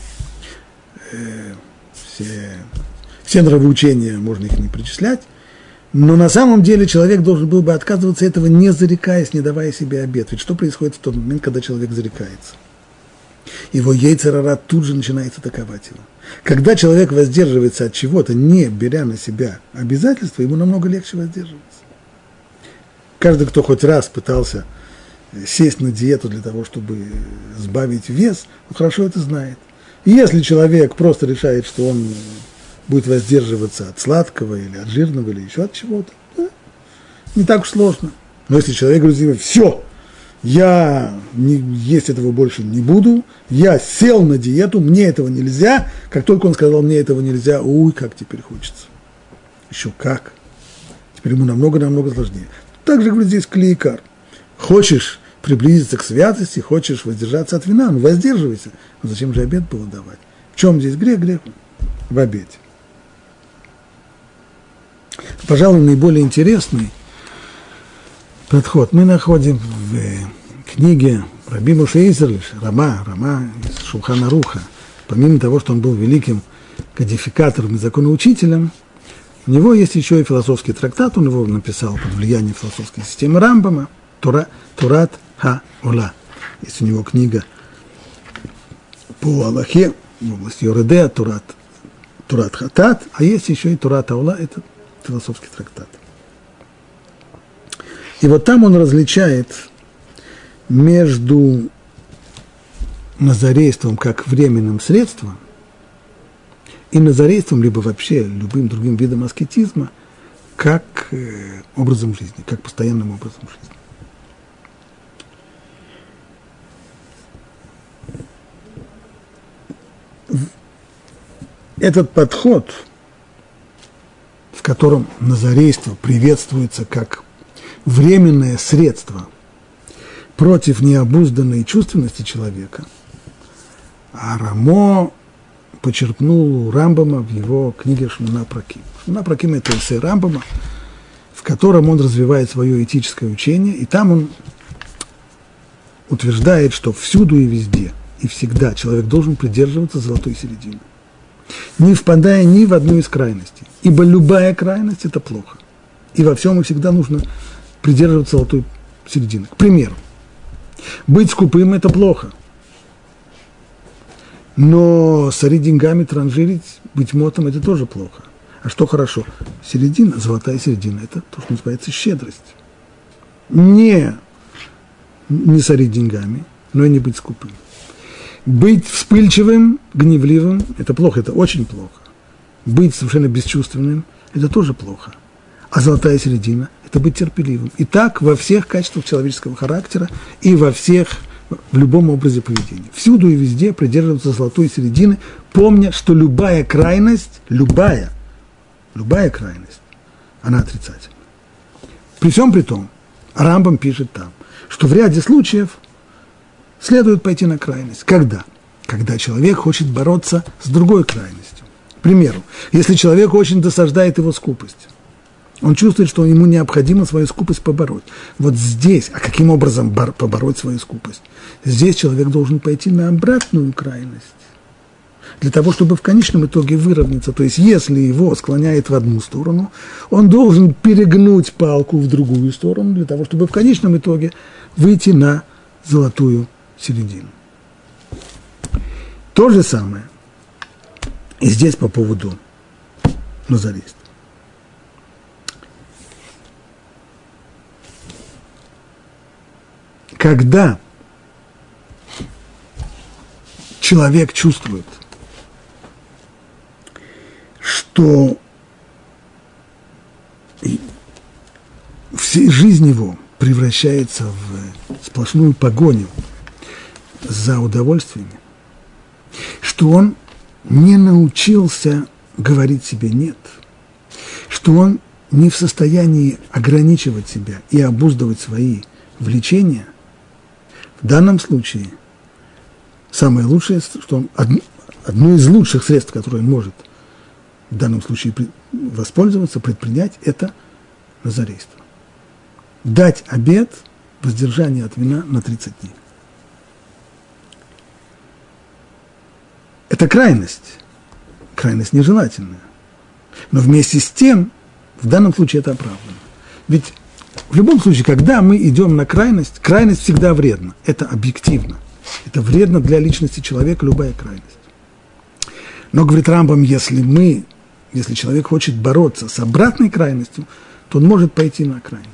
Все нравоучения, можно их не перечислять, но на самом деле человек должен был бы отказываться этого, не зарекаясь, не давая себе обет. Ведь что происходит в тот момент, когда человек зарекается? Его йецер ара тут же начинает атаковать его. Когда человек воздерживается от чего-то, не беря на себя обязательства, ему намного легче воздерживаться. Каждый, кто хоть раз пытался сесть на диету для того, чтобы сбавить вес, он хорошо это знает. И если человек просто решает, что он будет воздерживаться от сладкого или от жирного или еще от чего-то, да, не так уж сложно. Но если человек говорит: все, есть этого больше не буду, я сел на диету, мне этого нельзя. Как только он сказал, мне этого нельзя, как теперь хочется. Еще как. Теперь ему намного сложнее. Так же говорит здесь Клейкар. Хочешь приблизиться к святости, хочешь воздержаться от вина, воздерживайся. Но зачем же обед было давать? В чем здесь грех? Грех в обете. Пожалуй, наиболее интересный подход мы находим в книге Раби Моше Эйзерлиш, Рама из Шулхан Аруха. Помимо того, что он был великим кодификатором и законоучителем, у него есть еще и философский трактат, он его написал под влиянием философской системы Рамбама, Турат Ха-Ола. Есть у него книга по Аллахе, в области Йоредея, Турат Хатат, а есть еще и Турат Ха-Ола, это философский трактат. И вот там он различает между назарейством как временным средством и назарейством, либо вообще любым другим видом аскетизма, как образом жизни, как постоянным образом жизни. Этот подход, в котором назарейство приветствуется как временное средство против необузданной чувственности человека, а Рамо почерпнул у Рамбама в его книге Шмуна Праким. Шмуна Праким – это эссе Рамбама, в котором он развивает свое этическое учение, и там он утверждает, что всюду и везде, и всегда человек должен придерживаться золотой середины, не впадая ни в одну из крайностей, ибо любая крайность – это плохо, и во всем и всегда нужно придерживаться золотой середины. К примеру, быть скупым – это плохо. Но сорить деньгами, транжирить, быть мотом – это тоже плохо. А что хорошо? Середина, золотая середина – это то, что называется щедрость. Не сорить деньгами, но и не быть скупым. Быть вспыльчивым, гневливым – это плохо, это очень плохо. Быть совершенно бесчувственным – это тоже плохо. А золотая середина – это быть терпеливым. И так во всех качествах человеческого характера и в любом образе поведения. Всюду и везде придерживаться золотой середины, помня, что любая крайность, любая крайность, она отрицательна. При всем при том, Рамбам пишет там, что в ряде случаев следует пойти на крайность. Когда? Когда человек хочет бороться с другой крайностью. К примеру, если человеку очень досаждает его скупость, он чувствует, что ему необходимо свою скупость побороть. Вот здесь, а каким образом побороть свою скупость? Здесь человек должен пойти на обратную крайность, для того, чтобы в конечном итоге выровняться. То есть, если его склоняет в одну сторону, он должен перегнуть палку в другую сторону, для того, чтобы в конечном итоге выйти на золотую середину. То же самое и здесь по поводу назарейства. Когда человек чувствует, что жизнь его превращается в сплошную погоню за удовольствиями, что он не научился говорить себе «нет», что он не в состоянии ограничивать себя и обуздывать свои влечения, в данном случае самое лучшее, что он, одно из лучших средств, которое он может в данном случае воспользоваться, предпринять, это назарейство. Дать обет воздержания от вина на 30 дней. Это крайность нежелательная. Но вместе с тем, в данном случае это оправдано. Ведь в любом случае, когда мы идем на крайность, крайность всегда вредна. Это объективно. Это вредно для личности человека, любая крайность. Но, говорит Рамбам, если человек хочет бороться с обратной крайностью, то он может пойти на крайность.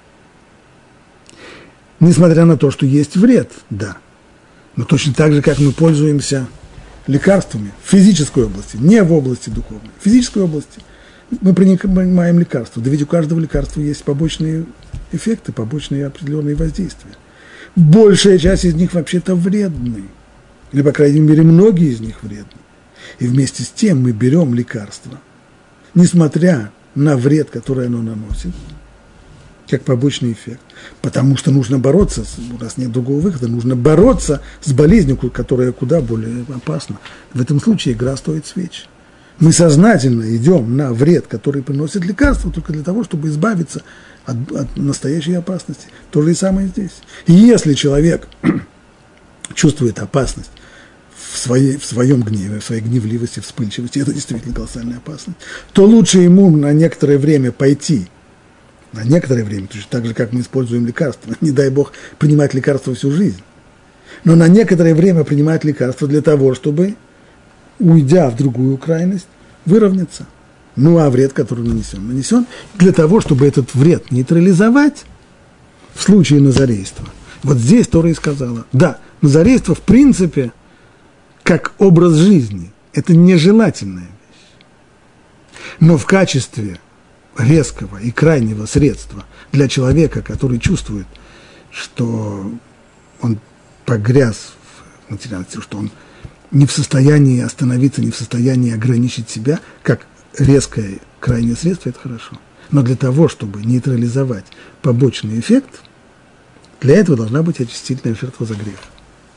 Несмотря на то, что есть вред, да. Но точно так же, как мы пользуемся лекарствами в физической области, не в области духовной, в физической области мы принимаем лекарства. Да ведь у каждого лекарства есть побочные эффекты, побочные определенные воздействия. большая часть из них вообще-то вредны. Или, по крайней мере, многие из них вредны. И вместе с тем мы берем лекарство, несмотря на вред, который оно наносит, как побочный эффект. Потому что нужно бороться, у нас нет другого выхода, нужно бороться с болезнью, которая куда более опасна. В этом случае игра стоит свеч. Мы сознательно идем на вред, который приносит лекарство, только для того, чтобы избавиться от настоящей опасности. То же и самое здесь. И если человек чувствует опасность в своем гневе, в своей гневливости, вспыльчивости, это действительно колоссальная опасность, то лучше ему на некоторое время пойти, на некоторое время, то есть так же, как мы используем лекарства, не дай Бог принимать лекарства всю жизнь, но на некоторое время принимать лекарства для того, чтобы, уйдя в другую крайность, выровняться. Ну, а вред, который нанесен для того, чтобы этот вред нейтрализовать в случае назарейства. Вот здесь Тора и сказала, да, назарейство в принципе как образ жизни, это нежелательная вещь. Но в качестве резкого и крайнего средства для человека, который чувствует, что он погряз в материальности, что он не в состоянии остановиться, не в состоянии ограничить себя, как резкое крайнее средство, это хорошо. Но для того, чтобы нейтрализовать побочный эффект, для этого должна быть очистительная жертва за грех.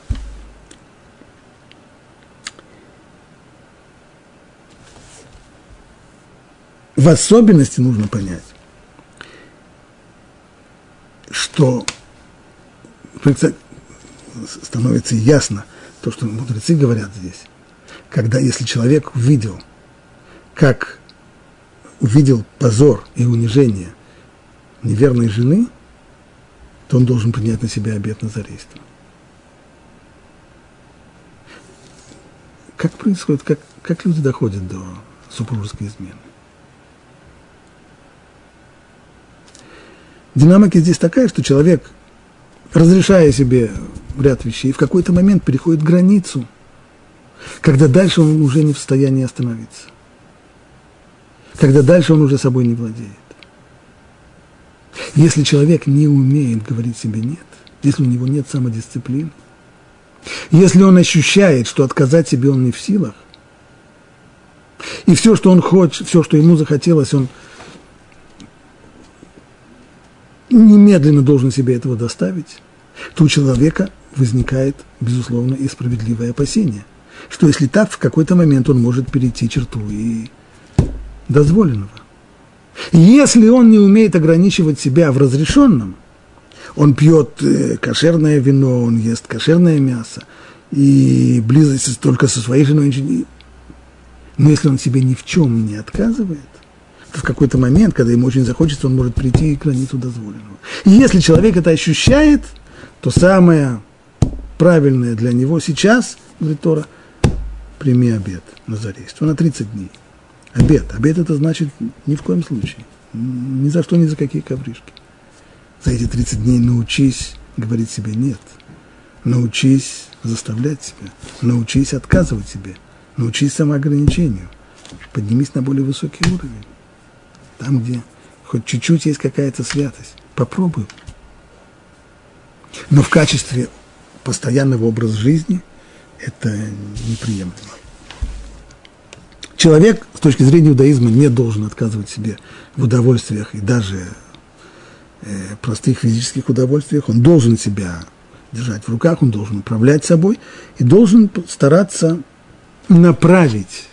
В особенности нужно понять, что становится ясно то, что мудрецы говорят здесь, когда, если человек увидел позор и унижение неверной жены, то он должен принять на себя обет назарейства. Как происходит, как люди доходят до супружеской измены? Динамика здесь такая, что человек, разрешая себе ряд вещей, в какой-то момент переходит границу, когда дальше он уже не в состоянии остановиться, когда дальше он уже собой не владеет. Если человек не умеет говорить себе «нет», если у него нет самодисциплины, если он ощущает, что отказать себе он не в силах, и все, что он хочет, все, что ему захотелось, он немедленно должен себе этого доставить, то у человека возникает, безусловно, и справедливое опасение, что если так, в какой-то момент он может перейти черту и дозволенного. И если он не умеет ограничивать себя в разрешенном, он пьет кошерное вино, он ест кошерное мясо, и близость только со своей женой. Но если он себе ни в чем не отказывает, то в какой-то момент, когда ему очень захочется, он может прийти к границу дозволенного. И если человек это ощущает, то самое правильное для него сейчас, говорит Тора, прими обет назарейства на 30 дней. Обет это значит ни в коем случае, ни за что, ни за какие ковришки. За эти 30 дней научись говорить себе «нет», научись заставлять себя, научись отказывать себе, научись самоограничению, поднимись на более высокий уровень. Там, где хоть чуть-чуть есть какая-то святость, попробуй. Но в качестве постоянного образа жизни это неприемлемо. Человек с точки зрения иудаизма не должен отказывать себе в удовольствиях и даже простых физических удовольствиях. Он должен себя держать в руках, он должен управлять собой и должен стараться направить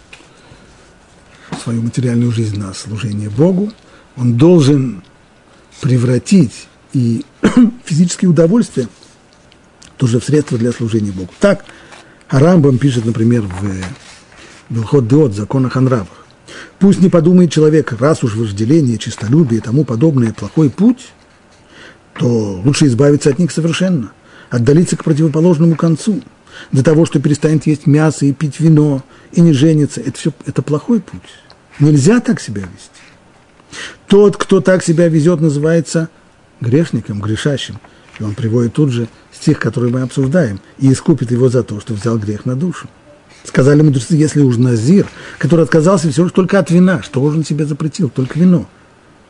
свою материальную жизнь на служение Богу. Он должен превратить и физические удовольствия тоже в средства для служения Богу. Так Рамбам пишет, например, в Илхот Деот, законах о нравах. Пусть не подумает человек, раз уж вожделение, честолюбие и тому подобное плохой путь, то лучше избавиться от них совершенно, отдалиться к противоположному концу, до того, что перестанет есть мясо и пить вино, и не женится. Это плохой путь. Нельзя так себя вести. Тот, кто так себя везет, называется грешником, грешащим. И он приводит тут же стих, который мы обсуждаем, и искупит его за то, что взял грех на душу. Сказали мудрецы, если уж назир, который отказался всего лишь только от вина, что же он себе запретил? Только вино.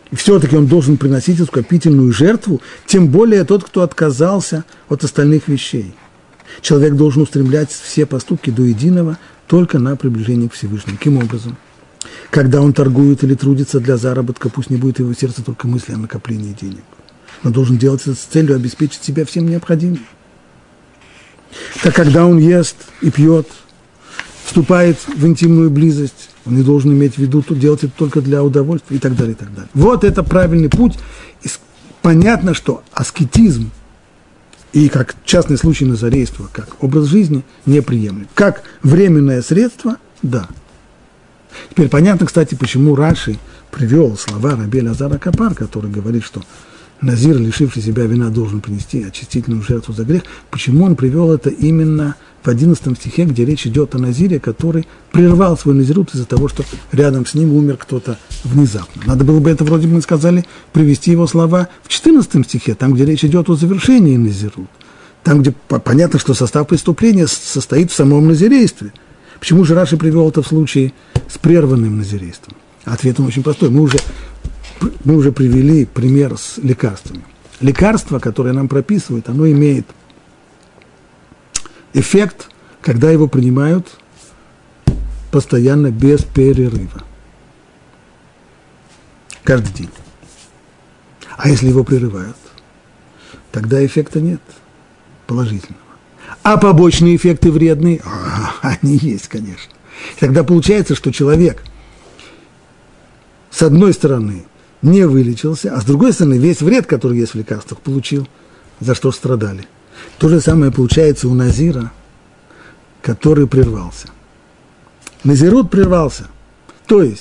и все-таки он должен приносить искупительную жертву, тем более тот, кто отказался от остальных вещей. Человек должен устремлять все поступки до единого только на приближение к Всевышнему. Каким образом? Когда он торгует или трудится для заработка, пусть не будет в его сердце только мысли о накоплении денег. Но должен делать это с целью обеспечить себя всем необходимым. Так когда он ест и пьет, вступает в интимную близость, он не должен иметь в виду, делать это только для удовольствия и так далее, и так далее. Вот это правильный путь. И понятно, что аскетизм и как частный случай назарейства, как образ жизни, неприемлем. Как временное средство, да. Теперь понятно, кстати, почему Раши привел слова раби Элазара Капар, который говорит, что назир, лишивший себя вина, должен принести очистительную жертву за грех. Почему он привел это именно в 11 стихе, где речь идет о назире, который прервал свой назирут из-за того, что рядом с ним умер кто-то внезапно. Надо было бы это, вроде бы мы сказали, привести его слова в 14 стихе, там, где речь идет о завершении назирут. Там, где понятно, что состав преступления состоит в самом назирействе. Почему же Раши привел это в случае с прерванным назирейством? Ответ он очень простой. Мы уже привели пример с лекарствами. Лекарство, которое нам прописывают, оно имеет эффект, когда его принимают постоянно, без перерыва. Каждый день. А если его прерывают, тогда эффекта нет положительного. А побочные эффекты вредные, они есть, конечно. И тогда получается, что человек, с одной стороны, не вылечился, а с другой стороны, весь вред, который есть в лекарствах, получил, за что страдали. То же самое получается у назира, который прервался. Назирут прервался. То есть,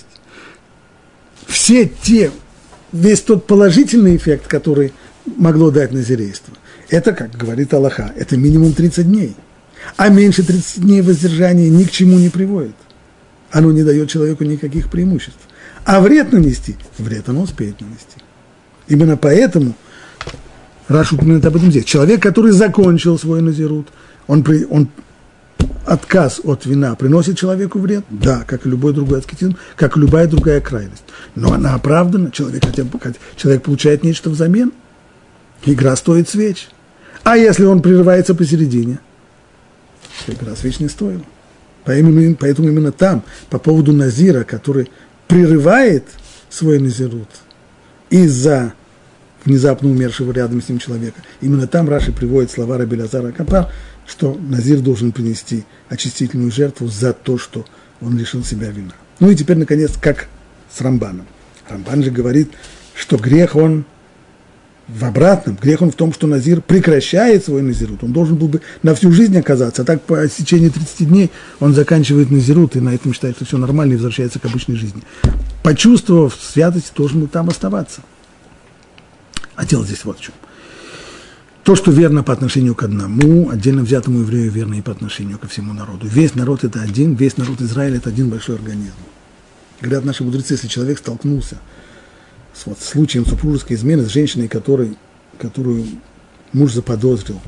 весь тот положительный эффект, который могло дать назирейство, это, как говорит Аллаха, это минимум 30 дней. А меньше 30 дней воздержания ни к чему не приводит. Оно не дает человеку никаких преимуществ. А вред нанести, вред оно успеет нанести. Именно поэтому Раши упоминает об этом здесь. Человек, который закончил свой назирут, он отказ от вина приносит человеку вред? Да, как и любой другой аскетизм, как и любая другая крайность. Но она оправдана, человек получает нечто взамен. Игра стоит свеч. А если он прерывается посередине, то игра свеч не стоила. Поэтому именно там, по поводу назира, который прерывает свой назирут из-за внезапно умершего рядом с ним человека, именно там Раши приводит слова раби Элазара Капар, что назир должен принести очистительную жертву за то, что он лишил себя вина. Ну и теперь, наконец, как с Рамбаном. Рамбан же говорит, что грех он в обратном. Грех он в том, что назир прекращает свой назирут. Он должен был бы на всю жизнь оказаться, а так по истечении 30 дней он заканчивает назирут и на этом считает, что все нормально и возвращается к обычной жизни. Почувствовав святость, должен был там оставаться. А дело здесь вот в чем. То, что верно по отношению к одному, отдельно взятому еврею верно и по отношению ко всему народу. Весь народ – это один, весь народ Израиля – это один большой организм. Говорят наши мудрецы, если человек столкнулся с случаем супружеской измены с женщиной, которую муж заподозрил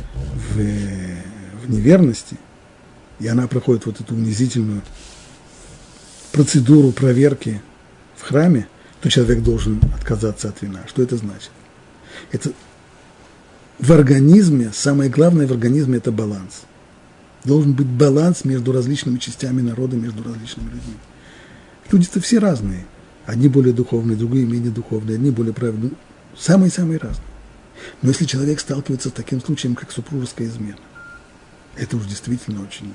в неверности, и она проходит вот эту унизительную процедуру проверки в храме, то человек должен отказаться от вина. Что это значит? Это в организме, самое главное в организме – это баланс. Должен быть баланс между различными частями народа, между различными людьми. Люди-то все разные. Одни более духовные, другие менее духовные, одни более праведные. Самые-самые разные. Но если человек сталкивается с таким случаем, как супружеская измена, это уж действительно очень...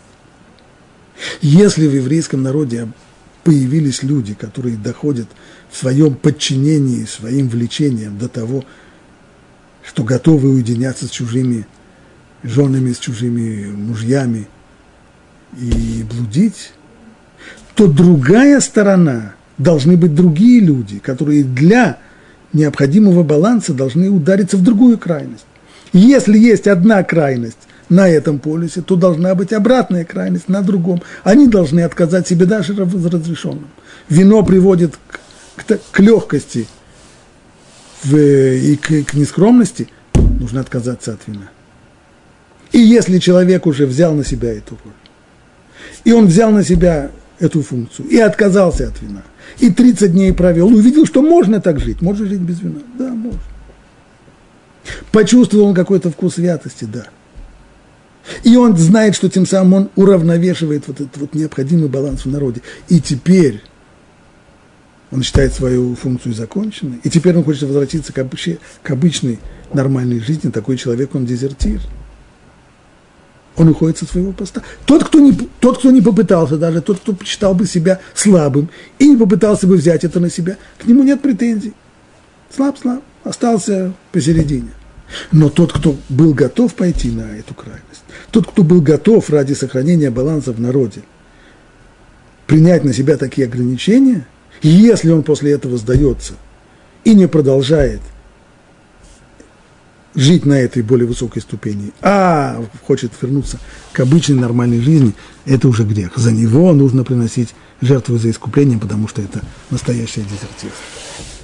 Если в еврейском народе появились люди, которые доходят в своем подчинении, своим влечением до того, что готовы уединяться с чужими женами, с чужими мужьями и блудить, то другая сторона, должны быть другие люди, которые для необходимого баланса должны удариться в другую крайность. Если есть одна крайность на этом полюсе, то должна быть обратная крайность на другом. Они должны отказать себе даже в разрешенном. Вино приводит к легкости и к нескромности, нужно отказаться от вина. И если человек уже взял на себя эту роль, и он взял на себя эту функцию и отказался от вина, и 30 дней провел, увидел, что можно так жить, можно жить без вина, да, можно. Почувствовал он какой-то вкус святости, да. И он знает, что тем самым он уравновешивает вот этот вот необходимый баланс в народе. И теперь он считает свою функцию законченной, и теперь он хочет возвратиться к обычной нормальной жизни. Такой человек, он дезертир. Он уходит со своего поста. Тот, кто не попытался даже, тот, кто посчитал бы себя слабым и не попытался бы взять это на себя, к нему нет претензий. Слаб, остался посередине. Но тот, кто был готов пойти на эту крайность, тот, кто был готов ради сохранения баланса в народе принять на себя такие ограничения, если он после этого сдается и не продолжает жить на этой более высокой ступени, а хочет вернуться к обычной нормальной жизни, это уже грех. За него нужно приносить жертву за искупление, потому что это настоящее дезертирство.